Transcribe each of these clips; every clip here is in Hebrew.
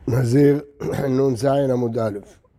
נזיר נ"ז עמוד א'.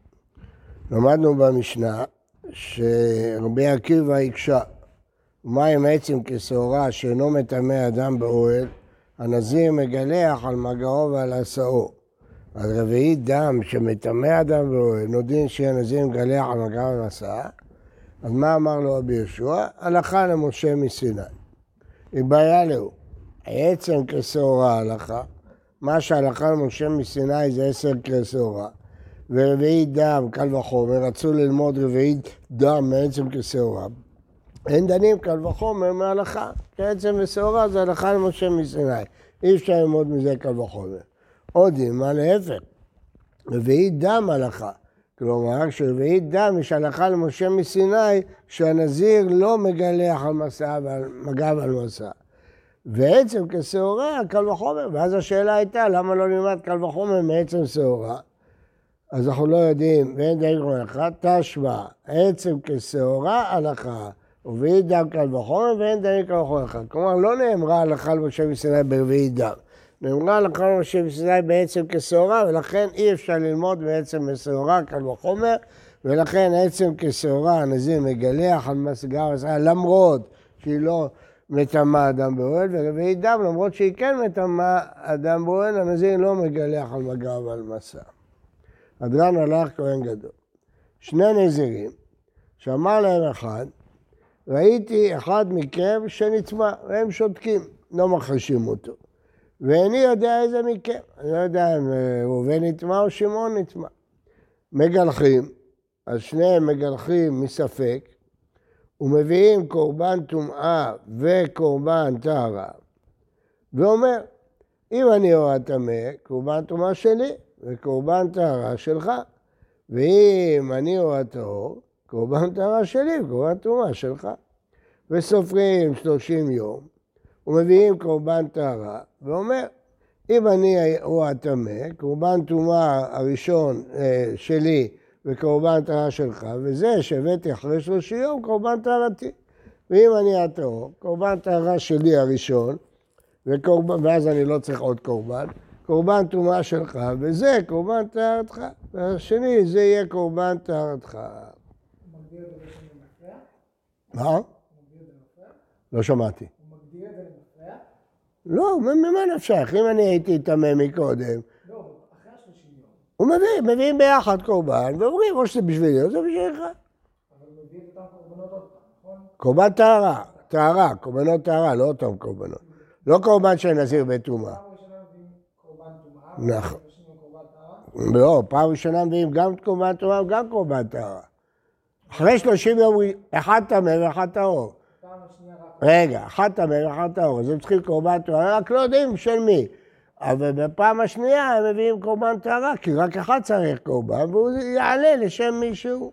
למדנו במשנה שרבי עקיבא הקשה, מים עצם כשעורה שאינו מטמא אדם באוהל, הנזיר מגלח על מגעו ועל עשאו. אז רביעית דם שמטמא אדם באוהל, נודין שהנזיר מגלח על מגעו ועל עשאה. אז מה אמר לו רבי יהושע? הלכה למשה מסיני. היא בעיה לו, עצם כשעורה הלכה, מה שהלכה למשה מסיני זה 10 כשעורה, ורביעית דם קל וחומר, רצו ללמוד רביעית דם מעצם כשעורה. אין דנים קל וחומר מהלכה, כי עצם ושעורה זה הלכה למשה מסיני, אי אפשר ללמוד מזה קל וחומר. עוד מה להפך, רביעית דם הלכה, כלומר שרביעית דם יש הלכה למשה מסיני שהנזיר לא מגלח על מסעה ועל מגע ועל מסעה. ועצם כשעורה קל וחומר, ואז השאלה הייתה למה לא נלמד קל וחומר מעצם שעורה? אז אנחנו לא יודעים, ואין דין הלכה, תשמע, עצם כשעורה הלכה, ורביעית דם קל וחומר, ואין דין קל וחומר הלכה. כלומר, לא נאמרה הלכה למשה מסיני ברביעית דם, נאמרה הלכה למשה מסיני בעצם כשעורה, ולכן אי אפשר ללמוד בעצם כשעורה קל וחומר, ולכן עצם כשעורה הנזיר מגלח על מסגה ומסעה, למרות שהיא לא מטמא אדם באוהל, ורביעית דם, למרות שהיא כן מטמא אדם באוהל, הנזיר לא מגלח על מגע ועל מסע. הדרן הלך כהן גדול. 2 נזירים, שאמר להם אחד, ראיתי אחד מכם שנטמא, והם שותקים, לא מחשים אותו. ואיני יודע איזה מכם, אני לא יודע אם ראובן נטמא או שמעון נטמא. מגלחים, אז שניהם מגלחים מספק, ומביאים קורבן טומאה וקורבן טהרה, ואומר, אם אני או הטמא, קורבן טומאה שלי וקורבן טהרה שלך, ואם אני או הטהור, קורבן טהרה שלי וקורבן טומאה שלך. וסופרים 30 יום, ומביאים קורבן טהרה, ואומר, אם אני או הטמא, קורבן טומאה הראשון שלי וקורבן טהרה שלך, וזה שהבאתי אחרי 30 יום, קורבן טהרתי. ואם אני הטהור, קורבן טהרה שלי הראשון, ואז אני לא צריך עוד קורבן, קורבן טומאה שלך, וזה קורבן טהרתך, והשני זה יהיה קורבן טהרתך. הוא מגדיר את זה למפרע? מה? הוא מגדיר את זה למפרע? לא שמעתי. הוא מגדיר את זה למפרע? לא, ממה נפשך? אם אני הייתי טמא מקודם, לא, אחרי 30 יום. הוא מביאים ביחד קורבן, ואומרים, או שזה בשבילי, או זה בשבילך. אבל הוא מביא את אותם קורבנות עוד פעם, נכון? קורבן טהרה, טהרה, קורבנות טהרה, לא אותם קורבנות. לא קורבן של נזיר בטומאה. פעם ראשונה מביאים קורבן טומאה, נכון. ושנים קורבן טהרה. לא, פעם ראשונה מביאים גם קורבן טומאה וגם קורבן טהרה. אחרי 30 יום, אחד טמא ואחד טהור. פעם השנייה רק... רגע, אחד טמא ואחד טהור, אז הם צריכים קורבן טהרה, רק לא יודעים של מי. אבל בפעם השנייה הם מביאים קורבן טהרה, כי רק אחד צריך קורבן, והוא יעלה לשם מישהו.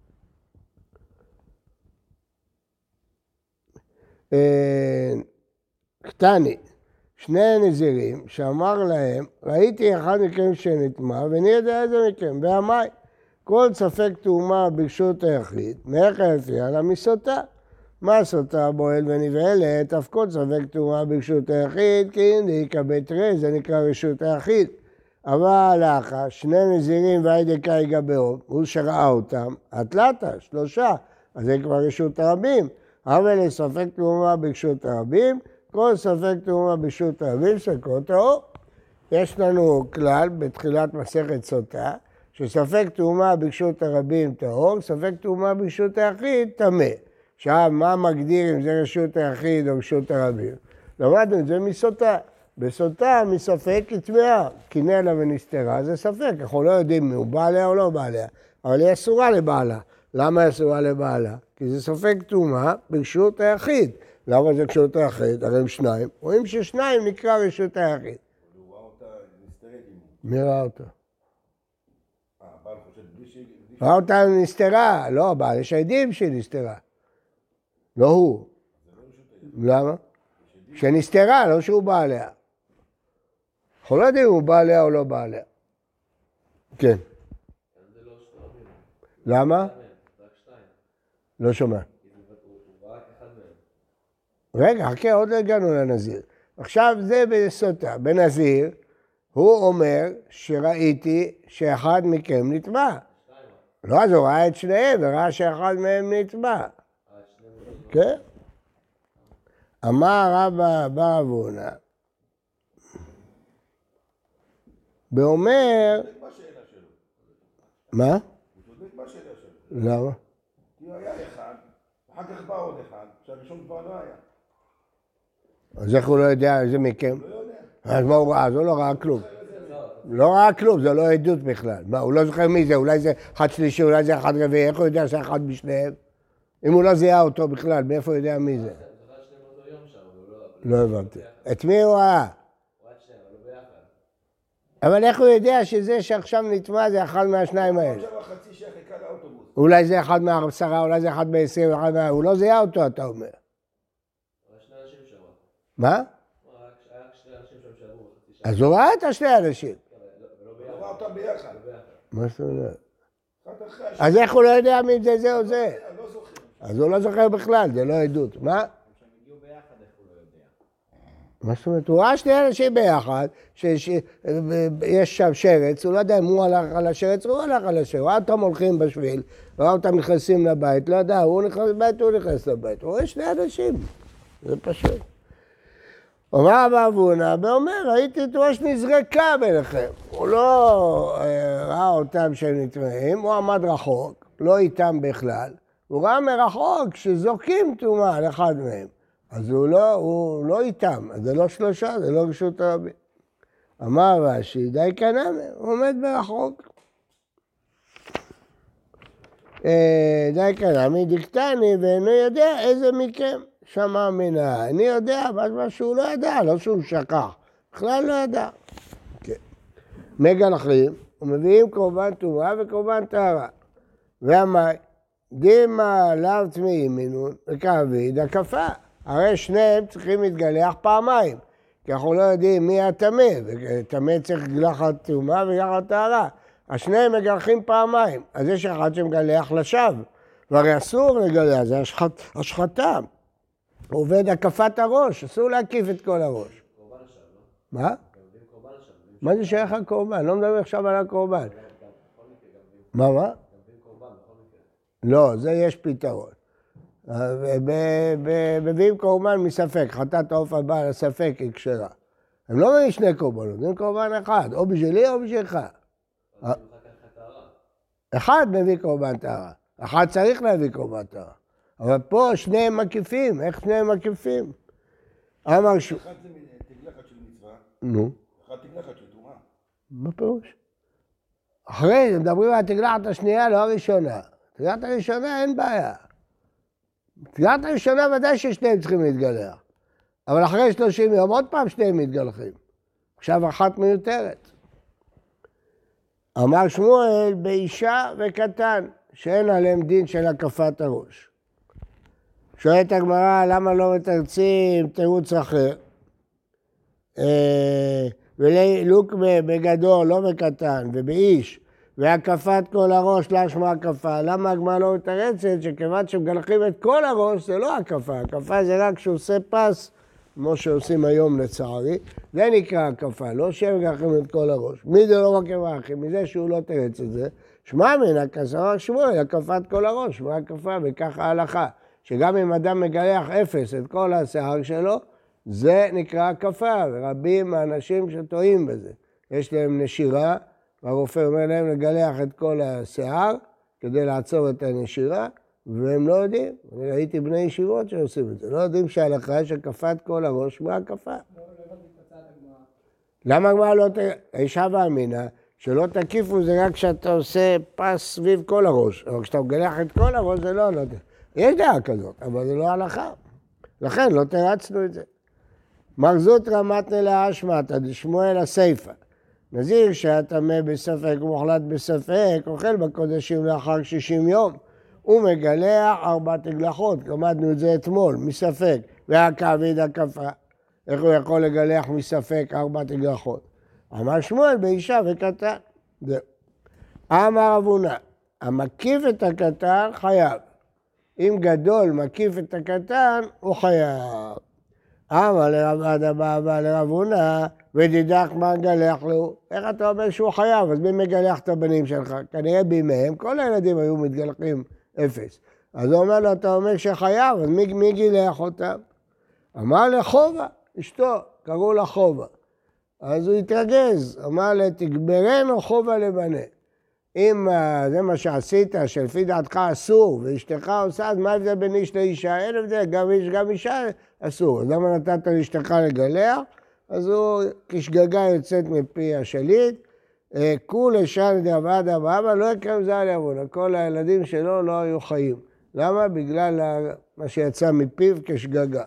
קטני, 2 נזירים שאמר להם, ראיתי אחד מכם שנטמא, ואני יודע איזה מכם, והמי, כל ספק טומאה ברשות היחיד, מאיך לפיה למסותה. מה סוטה בועל ונבעלת, אף כל ספק טומאה ברשות היחיד, כי הנה יקבל תרי, זה נקרא רשות היחיד. אבל לאחר 2 נזירים והידקה יגבהו, הוא שראה אותם, התלתה, 3, אז זה כבר רשות הרבים. אבל לספק טומאה ברשות הרבים, כל ספק טומאה ברשות הרבים ספקו טהור. יש לנו כלל בתחילת מסכת סוטה, שספק טומאה ברשות הרבים טהור, ספק טומאה ברשות היחיד טמא. עכשיו, מה מגדיר אם זה רשות היחיד או רשות הרבים? למדנו את זה מסוטה. בסוטה מספק היא טמאה, קינא לה ונסתרה, זה ספק, אנחנו לא יודעים אם הוא בעליה או לא בעליה, אבל היא אסורה לבעלה. למה היא אסורה לבעלה? כי זה ספק טומאה ברשות היחיד. למה זה רשות היחיד? הרי הם 2, רואים ש2 נקרא רשות היחיד. הוא ראה אותה נסתרת עם... מי ראה אותה? הבעל חושב בלי ראה אותה נסתרה, לא, הבעל, יש עדים שהיא נסתרה. לא הוא. למה? שנסתרה, לא שהוא בא עליה. אנחנו לא יודעים אם הוא בא עליה או לא בא עליה. כן. למה? לא שומע. רגע, חכה, עוד לא הגענו לנזיר. עכשיו זה בסוטה. בנזיר, הוא אומר שראיתי שאחד מכם נטבע. לא, אז הוא ראה את שניהם וראה שאחד מהם נטבע. כן? אמר רבא בר אבונה, ואומר... מה? הוא צודק בשאלה שלו. למה? כי הוא היה אחד, אחר כך בא עוד אחד, שהראשון כבר לא היה. אז איך הוא לא יודע איזה מכם? לא יודע. אז מה הוא ראה? אז הוא לא ראה כלום. לא ראה כלום, זה לא עדות בכלל. מה, הוא לא זוכר מי זה, אולי זה אחד שלישי, אולי זה אחד רביעי, איך הוא יודע שאחד משניהם? אם הוא לא זיהה אותו בכלל, מאיפה הוא יודע מי זה? לא הבנתי. את מי הוא ראה? אבל איך הוא יודע שזה שעכשיו נטמע זה אחד מהשניים האלה? עכשיו החצי שייך אחד האוטובוס. אולי זה אחד מה10, אולי זה אחד מ20, הוא לא זיהה אותו, אתה אומר. מה? אז הוא ראה את השני אנשים. הוא ראה אותם ביחד. מה זאת אומרת? אחד אחרי השני. אז איך הוא לא יודע מי זה או זה? לא זוכר. אז הוא לא זוכר בכלל, זה לא עדות. מה? מה זאת אומרת? הוא ראה שני אנשים ביחד, שיש שם שרץ, הוא לא יודע אם הוא הלך על השרץ, הוא הלך על השרץ, הוא ראה אותם הולכים בשביל, ראה אותם נכנסים לבית, לא יודע, הוא נכנס לבית, הוא נכנס לבית, הוא רואה שני אנשים, זה פשוט. אומר רבא אבונה, ואומר, ראיתי את ראש נזרקה ביניכם, הוא לא ראה אותם שהם נטמעים, הוא עמד רחוק, לא איתם בכלל, הוא ראה מרחוק שזורקים טומאה על אחד מהם. אז הוא לא איתם, אז זה לא שלושה, זה לא רשות הרבים. אמר רש"י, די כנמי, הוא עומד ברחוק. די כנמי, דקטני, ואינו יודע איזה מכם שמע מנה. אני יודע, מה שהוא לא ידע, לא שהוא שכח, בכלל לא ידע. מגלחים, ומביאים קורבן טומאה וקורבן טהרה. והמי, דימה לאו טמאים מינון, וכעביד הקפה. הרי שניהם צריכים להתגלח פעמיים, כי אנחנו לא יודעים מי הטמא, וטמא צריך גלחת טומאה וגלחת טהרה. אז שניהם מגלחים פעמיים, אז יש אחד שמגלח לשווא, והרי אסור לגלח, זה השחתה. עובד הקפת הראש, אסור להקיף את כל הראש. מה? מה זה שייך הקורבן? לא מדבר עכשיו על הקורבן. מה? לא, זה יש פתרון. מביאים קורבן מספק, חטאת העוף הבא לספק היא כשרה. הם לא מביאים שני קורבנות, מביאים קורבן אחד, או בשבילי או בשבילך. אחד מביא קורבן טהרה, אחד צריך להביא קורבן טהרה. אבל פה שניהם מקיפים, איך שניהם מקיפים? אמר שהוא... אחד זה תגלחת של מצווה, נו. אחד תגלחת של טומאה. מה פירוש? אחרי, מדברים על התגלחת השנייה, לא הראשונה. התגלחת הראשונה אין בעיה. התגלחת הראשונה ודאי ששניהם צריכים להתגלח. אבל אחרי 30 יום עוד פעם שניהם מתגלחים. עכשיו אחת מיותרת. אמר שמואל באישה וקטן, שאין עליהם דין של הקפת הראש. שואלת הגמרא, למה לא מתרצים תירוץ אחר? ולוקמה בגדול, לא בקטן, ובאיש, והקפת כל הראש, לא שמה הקפה. למה הגמרא לא מתרצת? שכיוון שמגלחים את כל הראש, זה לא הקפה. הקפה זה רק כשעושה פס, כמו שעושים היום לצערי, זה נקרא הקפה, לא שהם מגלחים את כל הראש. מי זה לא רק יבחים? מזה שהוא לא תרץ את זה. שמע מן הכסר שמואל, הקפת כל הראש, שמה הקפה, וככה ההלכה. שגם אם אדם מגלח אפס את כל השיער שלו, זה נקרא הקפה, ורבים האנשים שטועים בזה. יש להם נשירה, והרופא אומר להם לגלח את כל השיער, כדי לעצור את הנשירה, והם לא יודעים. אני ראיתי בני ישיבות שעושים את זה. לא יודעים שההלכה יש הקפת כל הראש, מה הקפה? למה הגמרא לא האישה ואמינה, שלא תקיפו זה רק כשאתה עושה פס סביב כל הראש, אבל כשאתה מגלח את כל הראש זה לא יודע. יש דעה כזאת, אבל זה לא הלכה. לכן לא תרצנו את זה. מרזות רמתנה להשמטה, דשמואל הסיפה. נזיר שהטמא בספק ומוחלט בספק, אוכל בקודשים לאחר 60 יום. הוא מגלח 4 תגלחות, למדנו את זה אתמול, מספק, והכעביד הקפה. איך הוא יכול לגלח מספק 4 תגלחות? אמר שמואל באישה וקטן. זהו. אמר אבונה, המקיף את הקטן חייב. אם גדול מקיף את הקטן, הוא חייב. אמר לרב אבא לרב הונא, ודידך מה נגלח לו? איך אתה אומר שהוא חייב? אז מי מגלח את הבנים שלך? כנראה בימיהם כל הילדים היו מתגלחים אפס. אז הוא אומר לו, אתה אומר שחייב, אז מי גילח אותם? אמר לחובה, אשתו, קראו לה חובה. אז הוא התרגז, אמר לה, תגברנו חובה לבנה. אם זה מה שעשית, שלפי דעתך אסור, ואשתך עושה, אז מה ההבדל בין איש לאישה? אין הבדל, גם איש, גם אישה אסור. אז למה נתת לאשתך לגלח? אז הוא כשגגה יוצאת מפי השליט, כול אשן דאבד אבא, לא יקרם זל יבונה. כל הילדים שלו לא היו חיים. למה? בגלל מה שיצא מפיו כשגגה.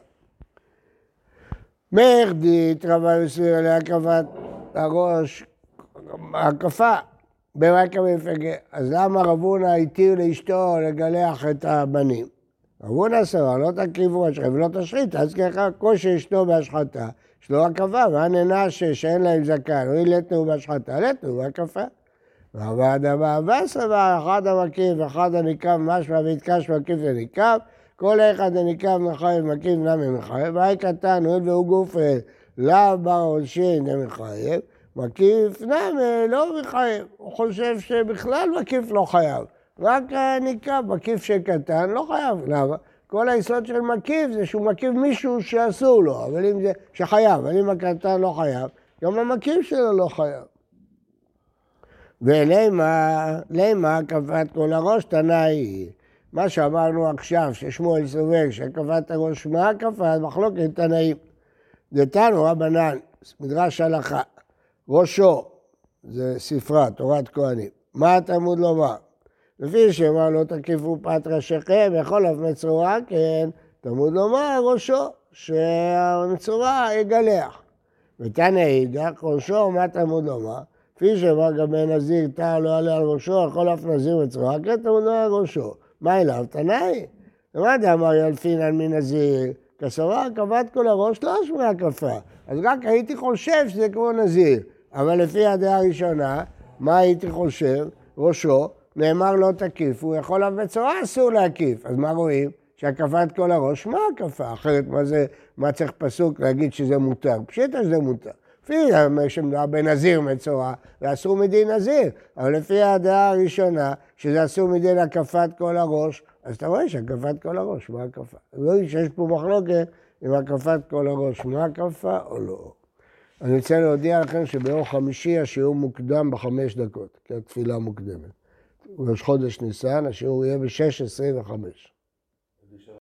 מרדית רבה יוסיר עליה הקפת הראש, הקפה, ברקע מפגע. אז למה רב הונא התיר לאשתו לגלח את הבנים? רב הונא סבר, לא תקריבו אשכם ולא תשחית, אז ככה כושר אשתו בהשחתה, יש לו הקפה, והננה שאין להם זקן, או לתנו בהשחתה, לתנו בהקפה. ועבד אבא סבר, אחד המקיף, אחד הניקב משמע והתקש מקיף לניקב, כל אחד הניקב מחייב מקיף נמי מחייב, והי קטן, הואיל והוא גוף לאו בר עונשין דמחייב, מקיף נמי לא מחייב, הוא חושב שבכלל מקיף לא חייב, רק הניקב, מקיף שקטן לא חייב, למה? כל היסוד של מקיף זה שהוא מקיף מישהו שאסור לו, אבל אם זה שחייב, אבל אם הקטן לא חייב, גם המקיף שלו לא חייב. ולמה כפת כל הראש תנאי? מה שאמרנו עכשיו, ששמואל סובר שכפת הראש מה כפת, מחלוקת תנאים. דתנו רבנן, מדרש הלכה, ראשו, זה ספרה, תורת כהנים. מה התלמוד לומר? לפי שאמר לא תקיפו פת ראשיכם, יכול אף מצורע, כן, תלמוד לומר ראשו, שהמצורע יגלח. ותנא אידך, ראשו, מה תלמוד לומר? לפי שאמר גם בן נזיר, תא לא עלה על ראשו, יכול אף נזיר מצורע, כן, תלמוד לומר ראשו. מה אליו? תנאי. למה דאמר ילפינן מנזיר? כסורה, כפת כל הראש לא אשמע הקפה. אז רק הייתי חושב שזה כמו נזיר. אבל לפי הדעה הראשונה, מה הייתי חושב? ראשו, נאמר לא תקיף, הוא יכול אף בצורה אסור להקיף. אז מה רואים? שהקפת כל הראש, מה הקפה? אחרת מה צריך פסוק להגיד שזה מותר? פשיטה שזה מותר. לפי שמדובר בנזיר מצורע, זה אסור מדין נזיר. אבל לפי הדעה הראשונה, שזה אסור מדין הקפת כל הראש, אז אתה רואה שהקפת כל הראש, מה הקפה? אז רואים שיש פה מחלוקת עם הקפת כל הראש, מה הקפה או לא. אני רוצה להודיע לכם שביום חמישי השיעור מוקדם ב5 דקות, כי התפילה מוקדמת. ראש חודש ניסן, השיעור יהיה ב6:25.